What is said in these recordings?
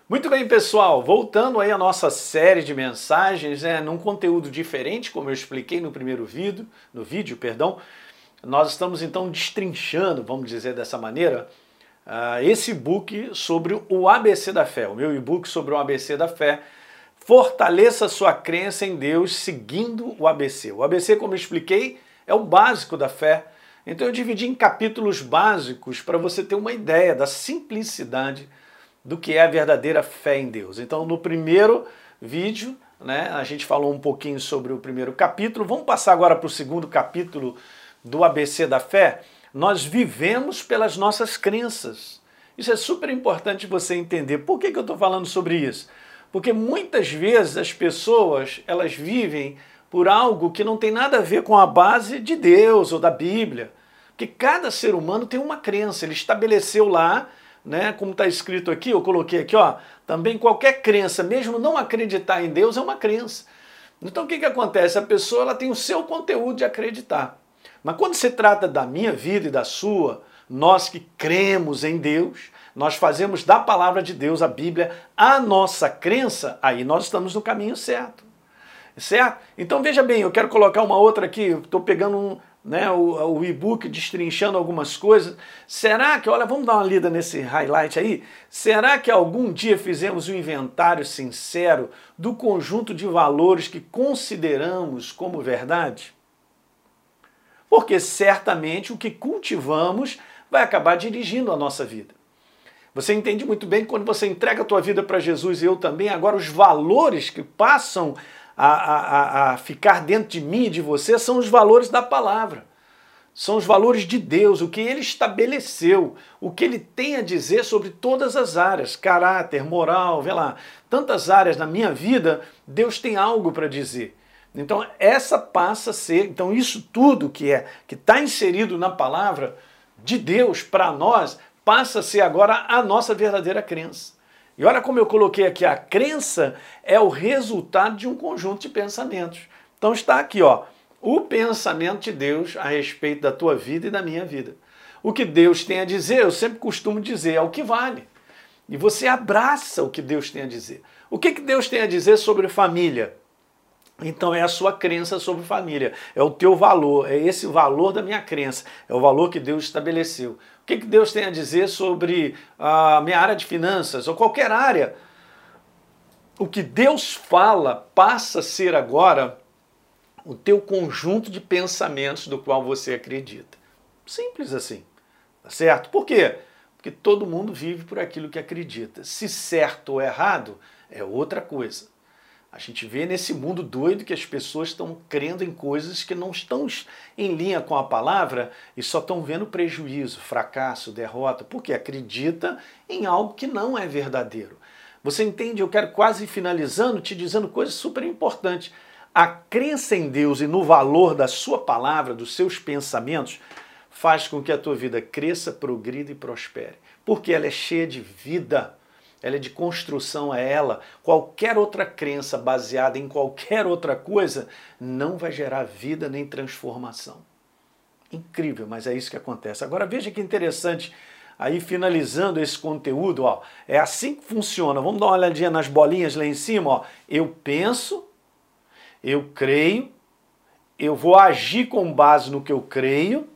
Muito bem, pessoal, voltando aí à nossa série de mensagens, num conteúdo diferente, como eu expliquei no primeiro vídeo, nós estamos então destrinchando, vamos dizer dessa maneira, esse e-book sobre o ABC da fé, o meu e-book sobre o ABC da fé. Fortaleça sua crença em Deus seguindo o ABC. O ABC, como eu expliquei, é o básico da fé. Então eu dividi em capítulos básicos para você ter uma ideia da simplicidade do que é a verdadeira fé em Deus. Então no primeiro vídeo, a gente falou um pouquinho sobre o primeiro capítulo. Vamos passar agora para o segundo capítulo do ABC da fé. Nós vivemos pelas nossas crenças. Isso é super importante você entender. Por que eu estou falando sobre isso? Porque muitas vezes as pessoas, elas vivem por algo que não tem nada a ver com a base de Deus ou da Bíblia. Porque cada ser humano tem uma crença, ele estabeleceu lá, como está escrito aqui, eu coloquei aqui, também qualquer crença, mesmo não acreditar em Deus, é uma crença. Então o que acontece? A pessoa ela tem o seu conteúdo de acreditar. Mas quando se trata da minha vida e da sua, nós que cremos em Deus, nós fazemos da palavra de Deus, a Bíblia, a nossa crença, aí nós estamos no caminho certo. Certo? Então veja bem, eu quero colocar uma outra aqui, estou pegando o e-book, destrinchando algumas coisas. Será que, olha, vamos dar uma lida nesse highlight aí, será que algum dia fizemos um inventário sincero do conjunto de valores que consideramos como verdade? Porque certamente o que cultivamos vai acabar dirigindo a nossa vida. Você entende muito bem que quando você entrega a tua vida para Jesus e eu também, agora os valores que passam a ficar dentro de mim e de você são os valores da palavra. São os valores de Deus, o que Ele estabeleceu, o que Ele tem a dizer sobre todas as áreas, caráter, moral, vê lá, tantas áreas na minha vida, Deus tem algo para dizer. Então essa passa a ser, então isso tudo que está inserido na palavra de Deus para nós, passa a ser agora a nossa verdadeira crença. E olha como eu coloquei aqui, a crença é o resultado de um conjunto de pensamentos. Então está aqui, o pensamento de Deus a respeito da tua vida e da minha vida. O que Deus tem a dizer, eu sempre costumo dizer, é o que vale. E você abraça o que Deus tem a dizer. O que Deus tem a dizer sobre família? Então é a sua crença sobre família, é o teu valor, é esse valor da minha crença, é o valor que Deus estabeleceu. O que Deus tem a dizer sobre a minha área de finanças ou qualquer área? O que Deus fala passa a ser agora o teu conjunto de pensamentos do qual você acredita. Simples assim, tá certo? Por quê? Porque todo mundo vive por aquilo que acredita. Se certo ou errado é outra coisa. A gente vê nesse mundo doido que as pessoas estão crendo em coisas que não estão em linha com a palavra e só estão vendo prejuízo, fracasso, derrota, porque acredita em algo que não é verdadeiro. Você entende? Eu quero quase finalizando, te dizendo coisas super importantes. A crença em Deus e no valor da sua palavra, dos seus pensamentos, faz com que a tua vida cresça, progrida e prospere. Porque ela é cheia de vida. Ela é de construção, é ela. Qualquer outra crença baseada em qualquer outra coisa não vai gerar vida nem transformação. Incrível, mas é isso que acontece. Agora veja que interessante, aí finalizando esse conteúdo, é assim que funciona. Vamos dar uma olhadinha nas bolinhas lá em cima. Eu penso, eu creio, eu vou agir com base no que eu creio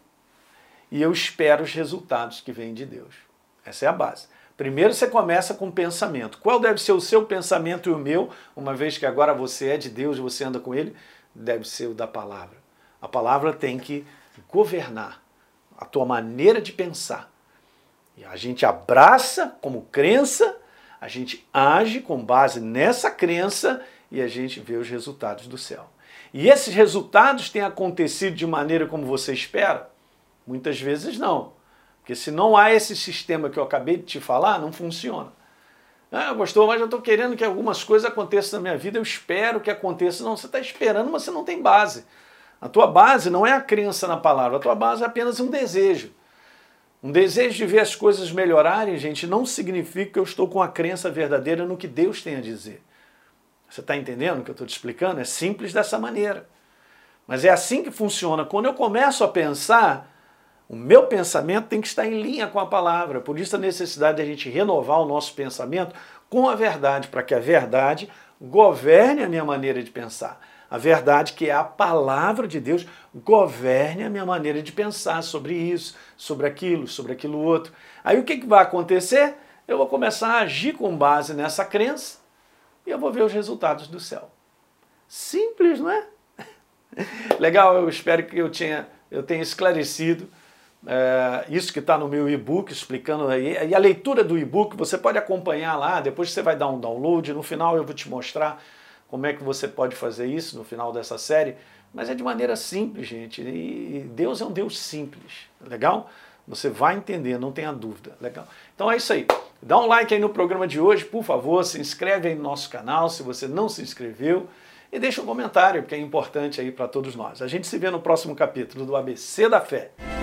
e eu espero os resultados que vêm de Deus. Essa é a base. Primeiro você começa com o pensamento. Qual deve ser o seu pensamento e o meu, uma vez que agora você é de Deus e você anda com Ele? Deve ser o da palavra. A palavra tem que governar a tua maneira de pensar. E a gente abraça como crença, a gente age com base nessa crença e a gente vê os resultados do céu. E esses resultados têm acontecido de maneira como você espera? Muitas vezes não. Porque se não há esse sistema que eu acabei de te falar, não funciona. Pastor, mas eu estou querendo que algumas coisas aconteçam na minha vida, eu espero que aconteça. Não, você está esperando, mas você não tem base. A tua base não é a crença na palavra, a tua base é apenas um desejo. Um desejo de ver as coisas melhorarem, gente, não significa que eu estou com a crença verdadeira no que Deus tem a dizer. Você está entendendo o que eu estou te explicando? É simples dessa maneira. Mas é assim que funciona. Quando eu começo a pensar, o meu pensamento tem que estar em linha com a palavra. Por isso a necessidade de a gente renovar o nosso pensamento com a verdade, para que a verdade governe a minha maneira de pensar. A verdade, que é a palavra de Deus, governe a minha maneira de pensar sobre isso, sobre aquilo outro. Aí o que vai acontecer? Eu vou começar a agir com base nessa crença e eu vou ver os resultados do céu. Simples, não é? Legal, eu espero que eu tenha esclarecido isso que está no meu e-book, explicando aí. E a leitura do e-book você pode acompanhar lá, depois você vai dar um download, no final eu vou te mostrar como é que você pode fazer isso no final dessa série, mas é de maneira simples, gente, e Deus é um Deus simples, legal? Você vai entender, não tenha dúvida, legal? Então é isso aí, dá um like aí no programa de hoje, por favor, se inscreve aí no nosso canal, se você não se inscreveu, e deixa um comentário, que é importante aí para todos nós. A gente se vê no próximo capítulo do ABC da Fé.